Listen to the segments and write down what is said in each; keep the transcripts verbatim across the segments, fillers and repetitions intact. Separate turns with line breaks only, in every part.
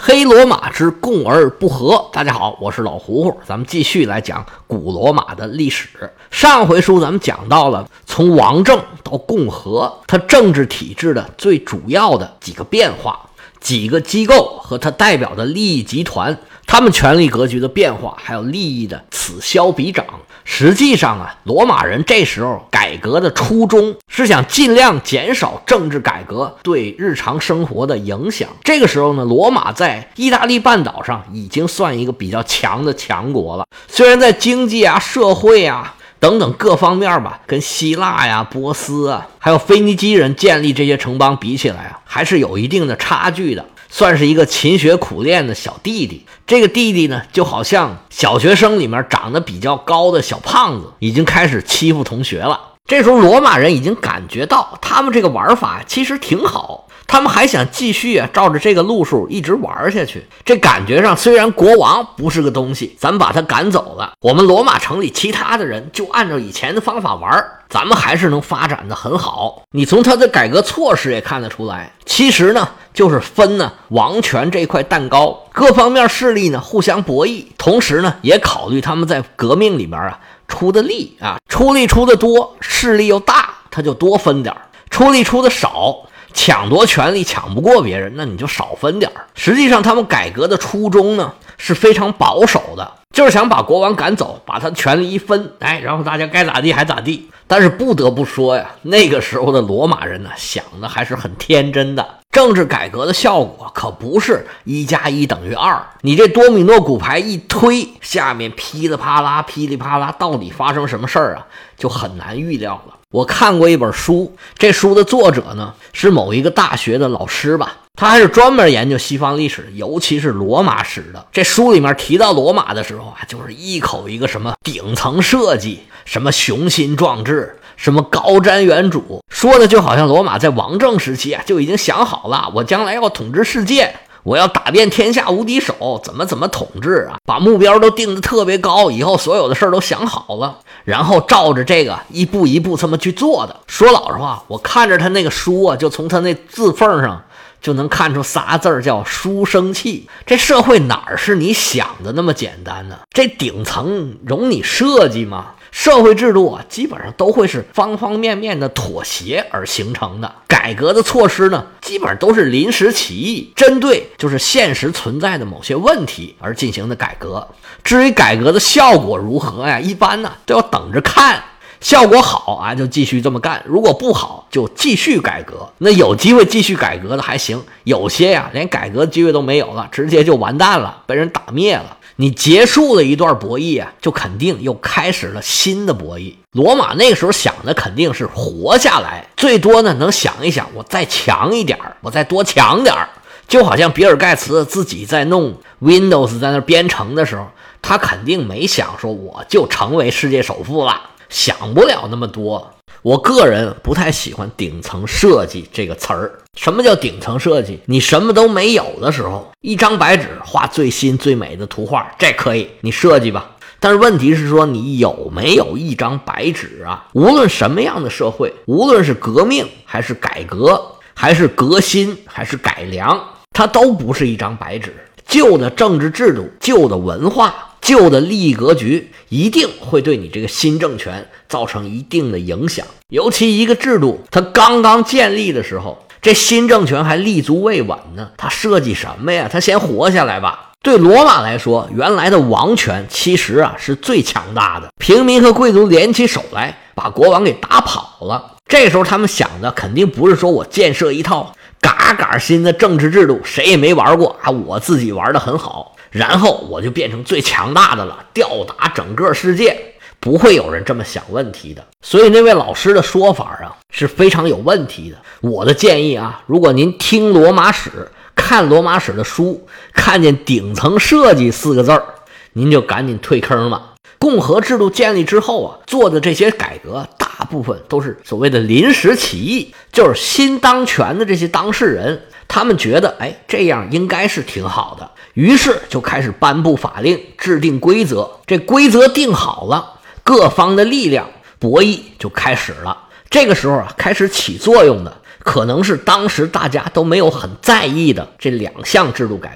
黑罗马之共而不和。大家好，我是老胡胡，咱们继续来讲古罗马的历史。上回书咱们讲到了从王政到共和，它政治体制的最主要的几个变化，几个机构和它代表的利益集团，他们权力格局的变化，还有利益的此消彼长。实际上啊，罗马人这时候改革的初衷是想尽量减少政治改革对日常生活的影响。这个时候呢，罗马在意大利半岛上已经算一个比较强的强国了，虽然在经济啊、社会啊等等各方面吧，跟希腊呀、波斯啊，还有腓尼基人建立这些城邦比起来啊，还是有一定的差距的，算是一个勤学苦练的小弟弟。这个弟弟呢，就好像小学生里面长得比较高的小胖子，已经开始欺负同学了。这时候罗马人已经感觉到他们这个玩法其实挺好，他们还想继续啊，照着这个路数一直玩下去。这感觉上虽然国王不是个东西，咱们把他赶走了，我们罗马城里其他的人就按照以前的方法玩，咱们还是能发展的很好。你从他的改革措施也看得出来，其实呢就是分呢王权这块蛋糕，各方面势力呢互相博弈，同时呢也考虑他们在革命里边啊出的力啊，出力出的多，势力又大，他就多分点；出力出的少，抢夺权力抢不过别人，那你就少分点。实际上他们改革的初衷呢是非常保守的，就是想把国王赶走，把他的权力一分，哎，然后大家该咋地还咋地。但是不得不说呀，那个时候的罗马人呢，想的还是很天真的。政治改革的效果可不是一加一等于二，你这多米诺骨牌一推，下面噼里啪啦噼里啪啦，到底发生什么事儿啊，就很难预料了。我看过一本书，这书的作者呢是某一个大学的老师吧，他还是专门研究西方历史，尤其是罗马史的。这书里面提到罗马的时候啊，就是一口一个什么顶层设计，什么雄心壮志，什么高瞻远瞩，说的就好像罗马在王政时期啊就已经想好了，我将来要统治世界，我要打遍天下无敌手，怎么怎么统治啊，把目标都定得特别高，以后所有的事儿都想好了，然后照着这个一步一步这么去做的。说老实话，我看着他那个书啊，就从他那字缝上就能看出仨字儿叫书生气。这社会哪儿是你想的那么简单呢？这顶层容你设计吗？社会制度啊，基本上都会是方方面面的妥协而形成的。改革的措施呢，基本上都是临时起意，针对就是现实存在的某些问题而进行的改革。至于改革的效果如何呀，一般呢都要等着看。效果好啊，就继续这么干；如果不好，就继续改革。那有机会继续改革的还行，有些呀连改革机会都没有了，直接就完蛋了，被人打灭了。你结束了一段博弈啊，就肯定又开始了新的博弈。罗马那个时候想的肯定是活下来，最多呢能想一想，我再强一点，我再多强点。就好像比尔盖茨自己在弄 Windows 在那编程的时候，他肯定没想说我就成为世界首富了，想不了那么多。我个人不太喜欢顶层设计这个词儿。什么叫顶层设计？你什么都没有的时候，一张白纸画最新最美的图画，这可以，你设计吧。但是问题是说，你有没有一张白纸啊？无论什么样的社会，无论是革命还是改革，还是革新还是改良，它都不是一张白纸。旧的政治制度，旧的文化，旧的利益格局，一定会对你这个新政权造成一定的影响。尤其一个制度它刚刚建立的时候，这新政权还立足未稳呢，他设计什么呀？他先活下来吧。对罗马来说，原来的王权其实啊是最强大的，平民和贵族联起手来把国王给打跑了。这时候他们想的肯定不是说我建设一套嘎嘎新的政治制度，谁也没玩过啊，我自己玩得很好，然后我就变成最强大的了，吊打整个世界。不会有人这么想问题的。所以那位老师的说法啊是非常有问题的。我的建议啊，如果您听罗马史，看罗马史的书，看见顶层设计四个字儿，您就赶紧退坑吧。共和制度建立之后啊，做的这些改革大部分都是所谓的临时起意，就是新当权的这些当事人，他们觉得哎这样应该是挺好的，于是就开始颁布法令，制定规则。这规则定好了，各方的力量博弈就开始了。这个时候啊，开始起作用的可能是当时大家都没有很在意的这两项制度改革。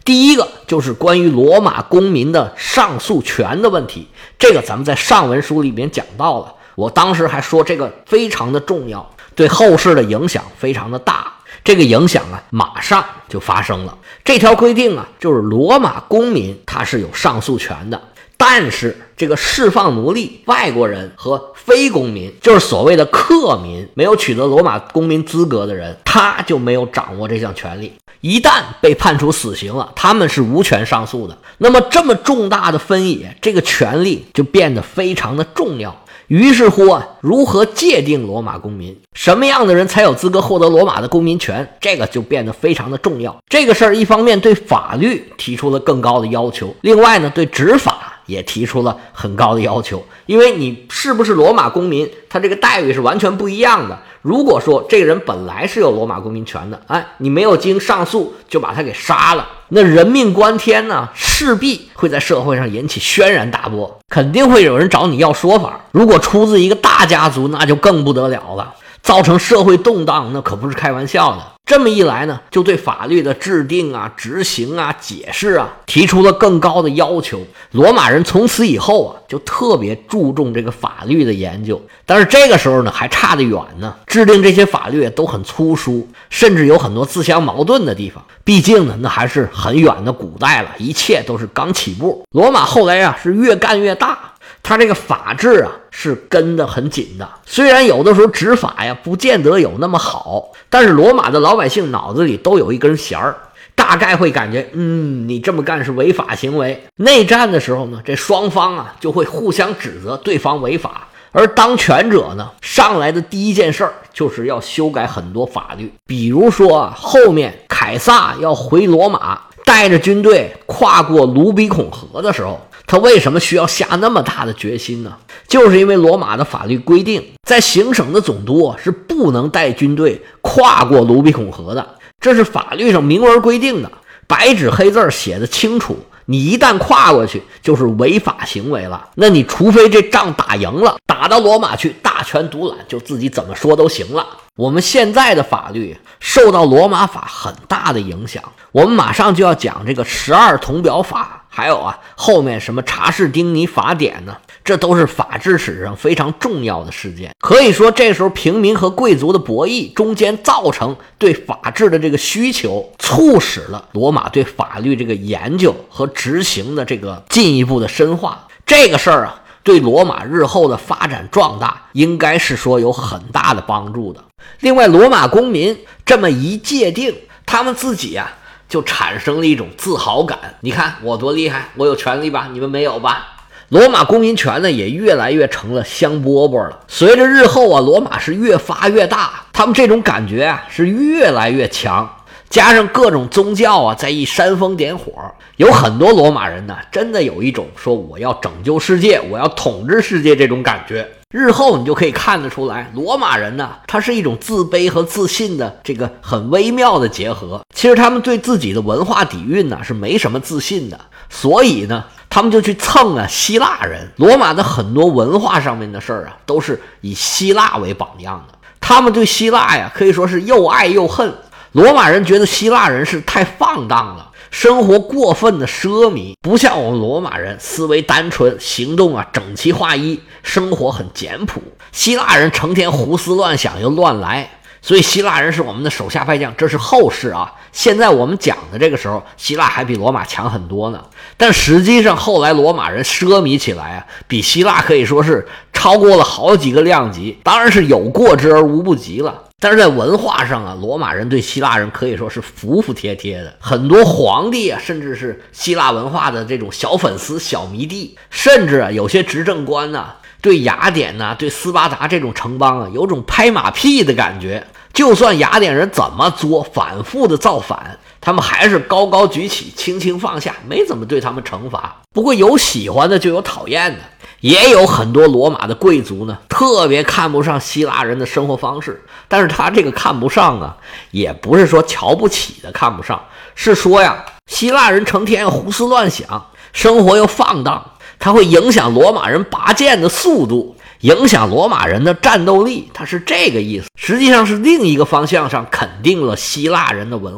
第一个就是关于罗马公民的上诉权的问题，这个咱们在上文书里面讲到了，我当时还说这个非常的重要，对后世的影响非常的大。这个影响啊，马上就发生了。这条规定啊，就是罗马公民他是有上诉权的，但是这个释放奴隶、外国人和非公民，就是所谓的客民，没有取得罗马公民资格的人，他就没有掌握这项权利。一旦被判处死刑了，他们是无权上诉的。那么这么重大的分野，这个权利就变得非常的重要。于是乎啊，如何界定罗马公民，什么样的人才有资格获得罗马的公民权，这个就变得非常的重要。这个事儿一方面对法律提出了更高的要求，另外呢，对执法也提出了很高的要求。因为你是不是罗马公民，他这个待遇是完全不一样的。如果说这个人本来是有罗马公民权的，哎，你没有经上诉就把他给杀了，那人命关天呢，势必会在社会上引起轩然大波，肯定会有人找你要说法。如果出自一个大家族，那就更不得了了，造成社会动荡，那可不是开玩笑的。这么一来呢，就对法律的制定啊、执行啊、解释啊提出了更高的要求。罗马人从此以后啊，就特别注重这个法律的研究。但是这个时候呢，还差得远呢，制定这些法律都很粗疏，甚至有很多自相矛盾的地方。毕竟呢，那还是很远的古代了，一切都是刚起步。罗马后来啊，是越干越大。他这个法治啊是跟得很紧的，虽然有的时候执法呀不见得有那么好，但是罗马的老百姓脑子里都有一根弦儿，大概会感觉嗯，你这么干是违法行为。内战的时候呢，这双方啊就会互相指责对方违法，而当权者呢上来的第一件事儿就是要修改很多法律。比如说啊，后面凯撒要回罗马，带着军队跨过卢比孔河的时候，他为什么需要下那么大的决心呢？就是因为罗马的法律规定，在行省的总督是不能带军队跨过卢比孔河的，这是法律上明文规定的，白纸黑字写的清楚。你一旦跨过去就是违法行为了，那你除非这仗打赢了，打到罗马去大权独揽，就自己怎么说都行了。我们现在的法律受到罗马法很大的影响，我们马上就要讲这个十二铜表法，还有啊后面什么查士丁尼法典呢，这都是法治史上非常重要的事件。可以说这时候平民和贵族的博弈中间造成对法治的这个需求，促使了罗马对法律这个研究和执行的这个进一步的深化。这个事儿啊对罗马日后的发展壮大应该是说有很大的帮助的。另外，罗马公民这么一界定，他们自己啊就产生了一种自豪感，你看我多厉害，我有权利吧，你们没有吧。罗马公民权呢也越来越成了香饽饽了。随着日后啊罗马是越发越大，他们这种感觉啊是越来越强，加上各种宗教啊在一煽风点火，有很多罗马人呢真的有一种说我要拯救世界，我要统治世界这种感觉。日后你就可以看得出来，罗马人呢他是一种自卑和自信的这个很微妙的结合。其实他们对自己的文化底蕴呢是没什么自信的，所以呢他们就去蹭啊希腊人。罗马的很多文化上面的事儿啊都是以希腊为榜样的，他们对希腊呀可以说是又爱又恨。罗马人觉得希腊人是太放荡了，生活过分的奢靡，不像我们罗马人思维单纯，行动啊整齐划一，生活很简朴。希腊人成天胡思乱想又乱来，所以希腊人是我们的手下败将，这是后世啊。现在我们讲的这个时候，希腊还比罗马强很多呢。但实际上后来罗马人奢靡起来啊，比希腊可以说是超过了好几个量级，当然是有过之而无不及了。但是在文化上啊，罗马人对希腊人可以说是服服帖帖的，很多皇帝啊，甚至是希腊文化的这种小粉丝、小迷弟，甚至啊有些执政官啊对雅典呐、啊、对斯巴达这种城邦啊有种拍马屁的感觉。就算雅典人怎么作，反复的造反，他们还是高高举起，轻轻放下，没怎么对他们惩罚。不过有喜欢的就有讨厌的，也有很多罗马的贵族呢特别看不上希腊人的生活方式。但是他这个看不上啊也不是说瞧不起的看不上，是说呀希腊人成天胡思乱想，生活又放荡，它会影响罗马人拔剑的速度，影响罗马人的战斗力，它是这个意思。实际上是另一个方向上肯定了希腊人的文化。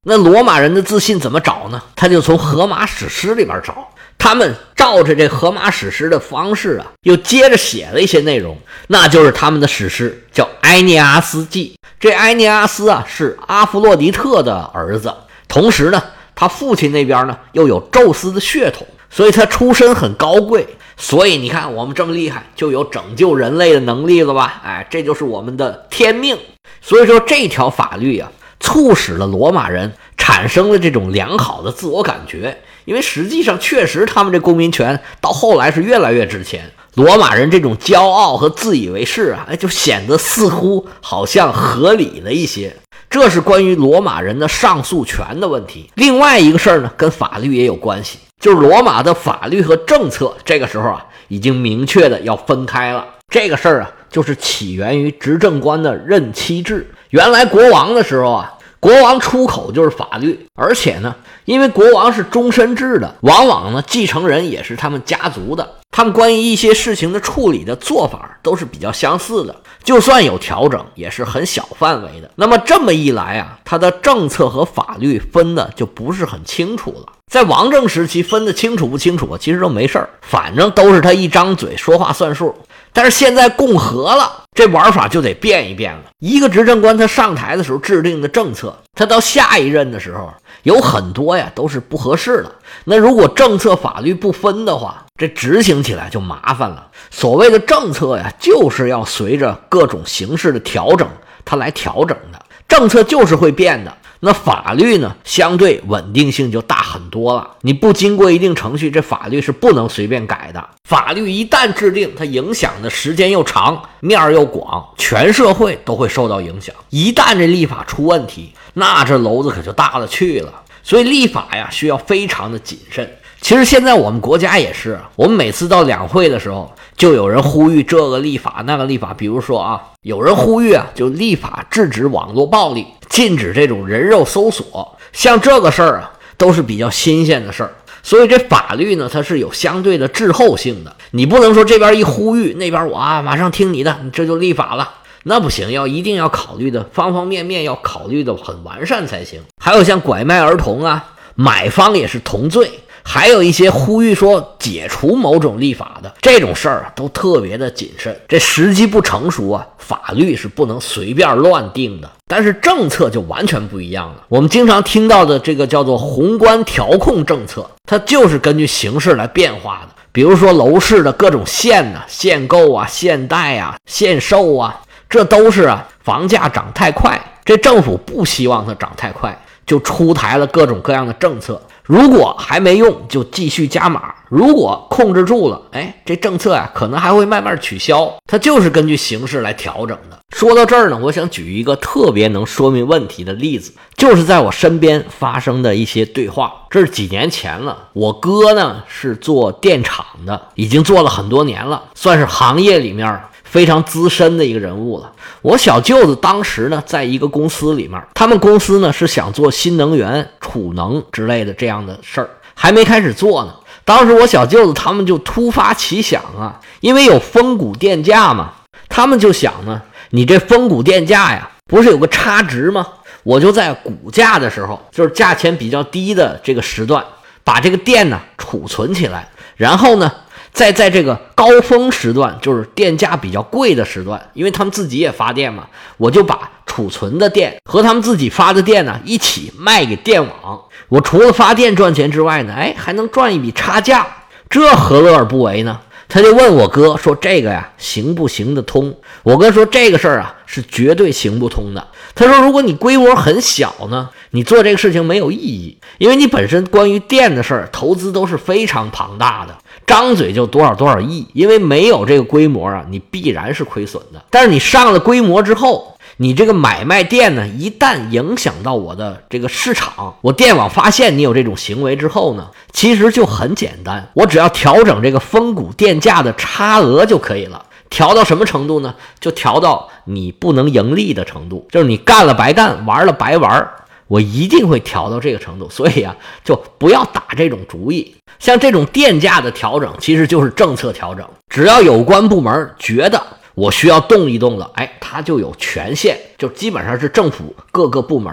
那罗马人的自信怎么找呢？他就从荷马史诗里边找。他们照着这荷马史诗的方式啊，又接着写了一些内容，那就是他们的史诗叫《埃涅阿斯纪》。这埃涅阿斯啊是阿弗洛狄特的儿子，同时呢他父亲那边呢又有宙斯的血统，所以他出身很高贵。所以你看我们这么厉害，就有拯救人类的能力了吧？哎，这就是我们的天命。所以说这条法律啊，促使了罗马人产生了这种良好的自我感觉。因为实际上确实他们这公民权到后来是越来越值钱，罗马人这种骄傲和自以为是啊，就显得似乎好像合理了一些。这是关于罗马人的上诉权的问题。另外一个事儿呢，跟法律也有关系，就是罗马的法律和政策这个时候啊，已经明确的要分开了。这个事儿啊，就是起源于执政官的任期制。原来国王的时候啊，国王出口就是法律，而且呢，因为国王是终身制的，往往呢继承人也是他们家族的，他们关于一些事情的处理的做法都是比较相似的，就算有调整也是很小范围的。那么这么一来啊，他的政策和法律分的就不是很清楚了。在王政时期分得清楚不清楚其实都没事儿，反正都是他一张嘴说话算数。但是现在共和了，这玩法就得变一变了。一个执政官他上台的时候制定的政策，他到下一任的时候有很多呀都是不合适的。那如果政策法律不分的话，这执行起来就麻烦了。所谓的政策呀，就是要随着各种形势的调整它来调整的，政策就是会变的。那法律呢，相对稳定性就大很多了。你不经过一定程序，这法律是不能随便改的。法律一旦制定，它影响的时间又长，面儿又广，全社会都会受到影响。一旦这立法出问题，那这篓子可就大了去了。所以立法呀，需要非常的谨慎。其实现在我们国家也是，我们每次到两会的时候，就有人呼吁这个立法那个立法。比如说啊，有人呼吁啊，就立法制止网络暴力，禁止这种人肉搜索，像这个事儿啊，都是比较新鲜的事儿。所以这法律呢，它是有相对的滞后性的。你不能说这边一呼吁，那边我啊马上听你的，你这就立法了，那不行，要一定要考虑的方方面面要考虑的很完善才行。还有像拐卖儿童啊，买方也是同罪。还有一些呼吁说解除某种立法的这种事儿啊，都特别的谨慎。这时机不成熟啊，法律是不能随便乱定的。但是政策就完全不一样了。我们经常听到的这个叫做宏观调控政策，它就是根据形势来变化的。比如说楼市的各种限啊，限购啊，限贷啊，限售啊，这都是啊房价涨太快，这政府不希望它涨太快，就出台了各种各样的政策。如果还没用，就继续加码；如果控制住了，哎，这政策啊，可能还会慢慢取消。它就是根据形势来调整的。说到这儿呢，我想举一个特别能说明问题的例子，就是在我身边发生的一些对话。这是几年前了，我哥呢是做电厂的，已经做了很多年了，算是行业里面非常资深的一个人物了。我小舅子当时呢，在一个公司里面，他们公司呢是想做新能源、储能之类的这样的事儿，还没开始做呢。当时我小舅子他们就突发奇想啊，因为有峰谷电价嘛，他们就想呢，你这峰谷电价呀，不是有个差值吗？我就在股价的时候，就是价钱比较低的这个时段，把这个电呢储存起来，然后呢再在这个高峰时段，就是电价比较贵的时段，因为他们自己也发电嘛，我就把储存的电和他们自己发的电呢一起卖给电网。我除了发电赚钱之外呢，哎，还能赚一笔差价，这何乐而不为呢？他就问我哥说这个呀行不行得通？我哥说这个事儿啊是绝对行不通的。他说如果你规模很小呢，你做这个事情没有意义，因为你本身关于电的事儿投资都是非常庞大的，张嘴就多少多少亿，因为没有这个规模啊，你必然是亏损的。但是你上了规模之后，你这个买卖电呢，一旦影响到我的这个市场，我电网发现你有这种行为之后呢，其实就很简单，我只要调整这个峰谷电价的差额就可以了。调到什么程度呢？就调到你不能盈利的程度，就是你干了白干，玩了白玩，我一定会调到这个程度。所以啊，就不要打这种主意。像这种电价的调整其实就是政策调整，只要有关部门觉得我需要动一动了，哎，它就有权限，就基本上是政府各个部门吧，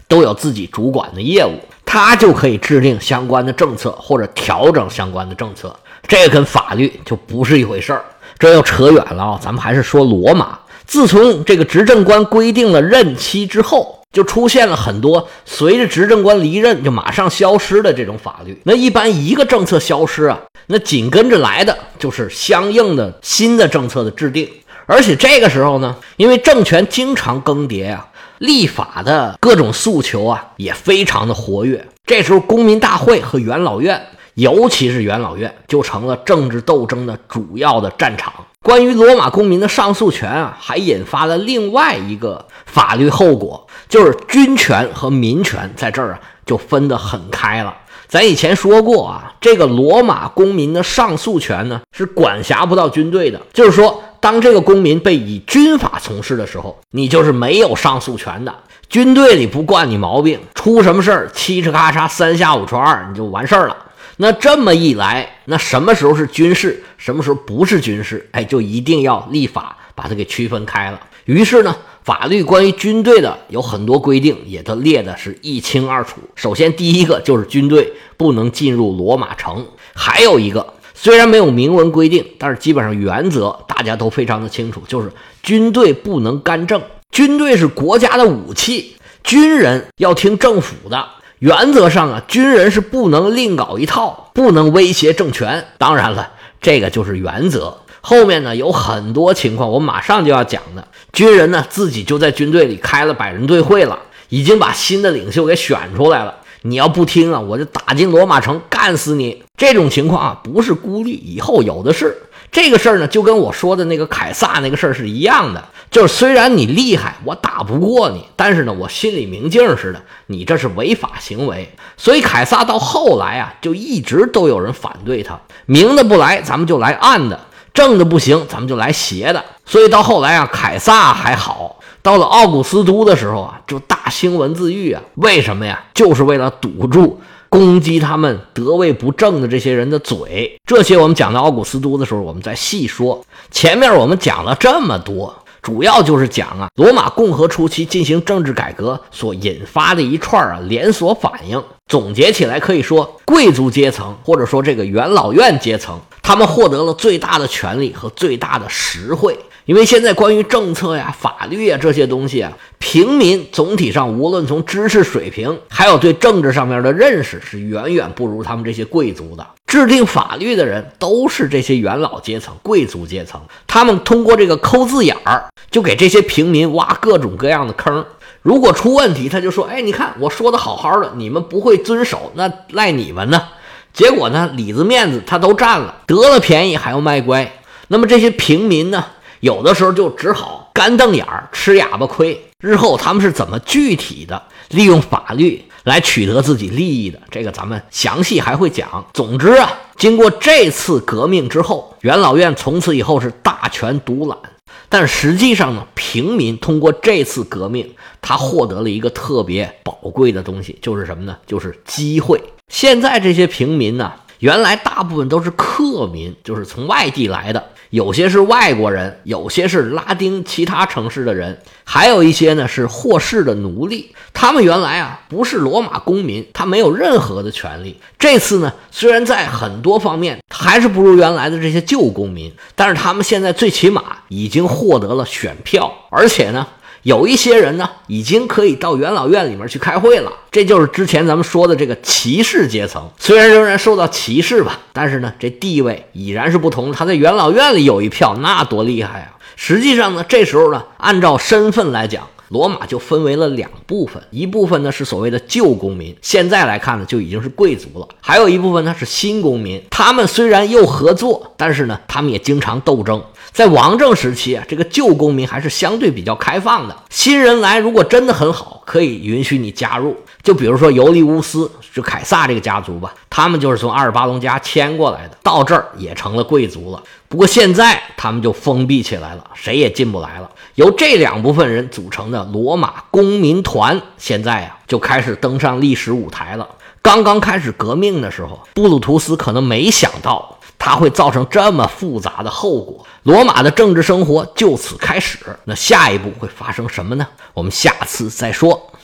都有自己主管的业务，他就可以制定相关的政策或者调整相关的政策，这个跟法律就不是一回事儿。这又扯远了啊，咱们还是说罗马。自从这个执政官规定了任期之后，就出现了很多随着执政官离任就马上消失的这种法律。那一般一个政策消失啊，那紧跟着来的就是相应的新的政策的制定。而且这个时候呢，因为政权经常更迭啊，立法的各种诉求啊也非常的活跃。这时候公民大会和元老院，尤其是元老院，就成了政治斗争的主要的战场。关于罗马公民的上诉权啊，还引发了另外一个法律后果，就是军权和民权在这儿啊就分得很开了。咱以前说过啊，这个罗马公民的上诉权呢是管辖不到军队的，就是说当这个公民被以军法从事的时候，你就是没有上诉权的。军队里不惯你毛病，出什么事儿嘁哧咔嚓三下五除二你就完事儿了。那这么一来，那什么时候是军事，什么时候不是军事，哎，就一定要立法把它给区分开了。于是呢，法律关于军队的有很多规定也都列的是一清二楚。首先第一个就是军队不能进入罗马城，还有一个虽然没有明文规定，但是基本上原则大家都非常的清楚，就是军队不能干政。军队是国家的武器，军人要听政府的。原则上啊，军人是不能另搞一套，不能威胁政权。当然了，这个就是原则。后面呢有很多情况，我马上就要讲的。军人呢自己就在军队里开了百人队会了，已经把新的领袖给选出来了。你要不听啊，我就打进罗马城干死你。这种情况啊，不是孤立，以后有的是。这个事儿呢，就跟我说的那个凯撒那个事儿是一样的，就是虽然你厉害，我打不过你，但是呢，我心里明镜似的，你这是违法行为。所以凯撒到后来啊，就一直都有人反对他，明的不来，咱们就来暗的；正的不行，咱们就来邪的。所以到后来啊，凯撒还好，到了奥古斯都的时候啊，就大兴文字狱啊。为什么呀？就是为了堵住攻击他们得位不正的这些人的嘴。这些我们讲到奥古斯都的时候我们再细说。前面我们讲了这么多，主要就是讲啊，罗马共和初期进行政治改革所引发的一串啊连锁反应。总结起来可以说，贵族阶层或者说这个元老院阶层，他们获得了最大的权力和最大的实惠。因为现在关于政策呀、法律呀这些东西啊，平民总体上无论从知识水平还有对政治上面的认识是远远不如他们这些贵族的。制定法律的人都是这些元老阶层、贵族阶层，他们通过这个抠字眼儿，就给这些平民挖各种各样的坑。如果出问题，他就说：“哎，你看我说的好好的，你们不会遵守，那赖你们呢。”结果呢，里子面子他都占了，得了便宜还要卖乖。那么这些平民呢，有的时候就只好干瞪眼儿，吃哑巴亏。日后他们是怎么具体的利用法律来取得自己利益的，这个咱们详细还会讲。总之啊，经过这次革命之后，元老院从此以后是大权独揽。但实际上呢，平民通过这次革命，他获得了一个特别宝贵的东西，就是什么呢？就是机会。现在这些平民呢，原来大部分都是客民，就是从外地来的，有些是外国人，有些是拉丁其他城市的人，还有一些呢是霍氏的奴隶。他们原来啊不是罗马公民，他没有任何的权利。这次呢，虽然在很多方面还是不如原来的这些旧公民，但是他们现在最起码已经获得了选票，而且呢有一些人呢已经可以到元老院里面去开会了。这就是之前咱们说的这个骑士阶层，虽然仍然受到歧视吧，但是呢这地位已然是不同。他在元老院里有一票，那多厉害啊。实际上呢，这时候呢按照身份来讲，罗马就分为了两部分，一部分呢是所谓的旧公民，现在来看呢就已经是贵族了，还有一部分呢是新公民。他们虽然又合作，但是呢他们也经常斗争。在王政时期啊，这个旧公民还是相对比较开放的，新人来如果真的很好，可以允许你加入。就比如说尤利乌斯，就凯撒这个家族吧，他们就是从阿尔巴隆家迁过来的，到这儿也成了贵族了。不过现在他们就封闭起来了，谁也进不来了。由这两部分人组成的罗马公民团，现在啊就开始登上历史舞台了。刚刚开始革命的时候，布鲁图斯可能没想到它会造成这么复杂的后果，罗马的政治生活就此开始。那下一步会发生什么呢？我们下次再说。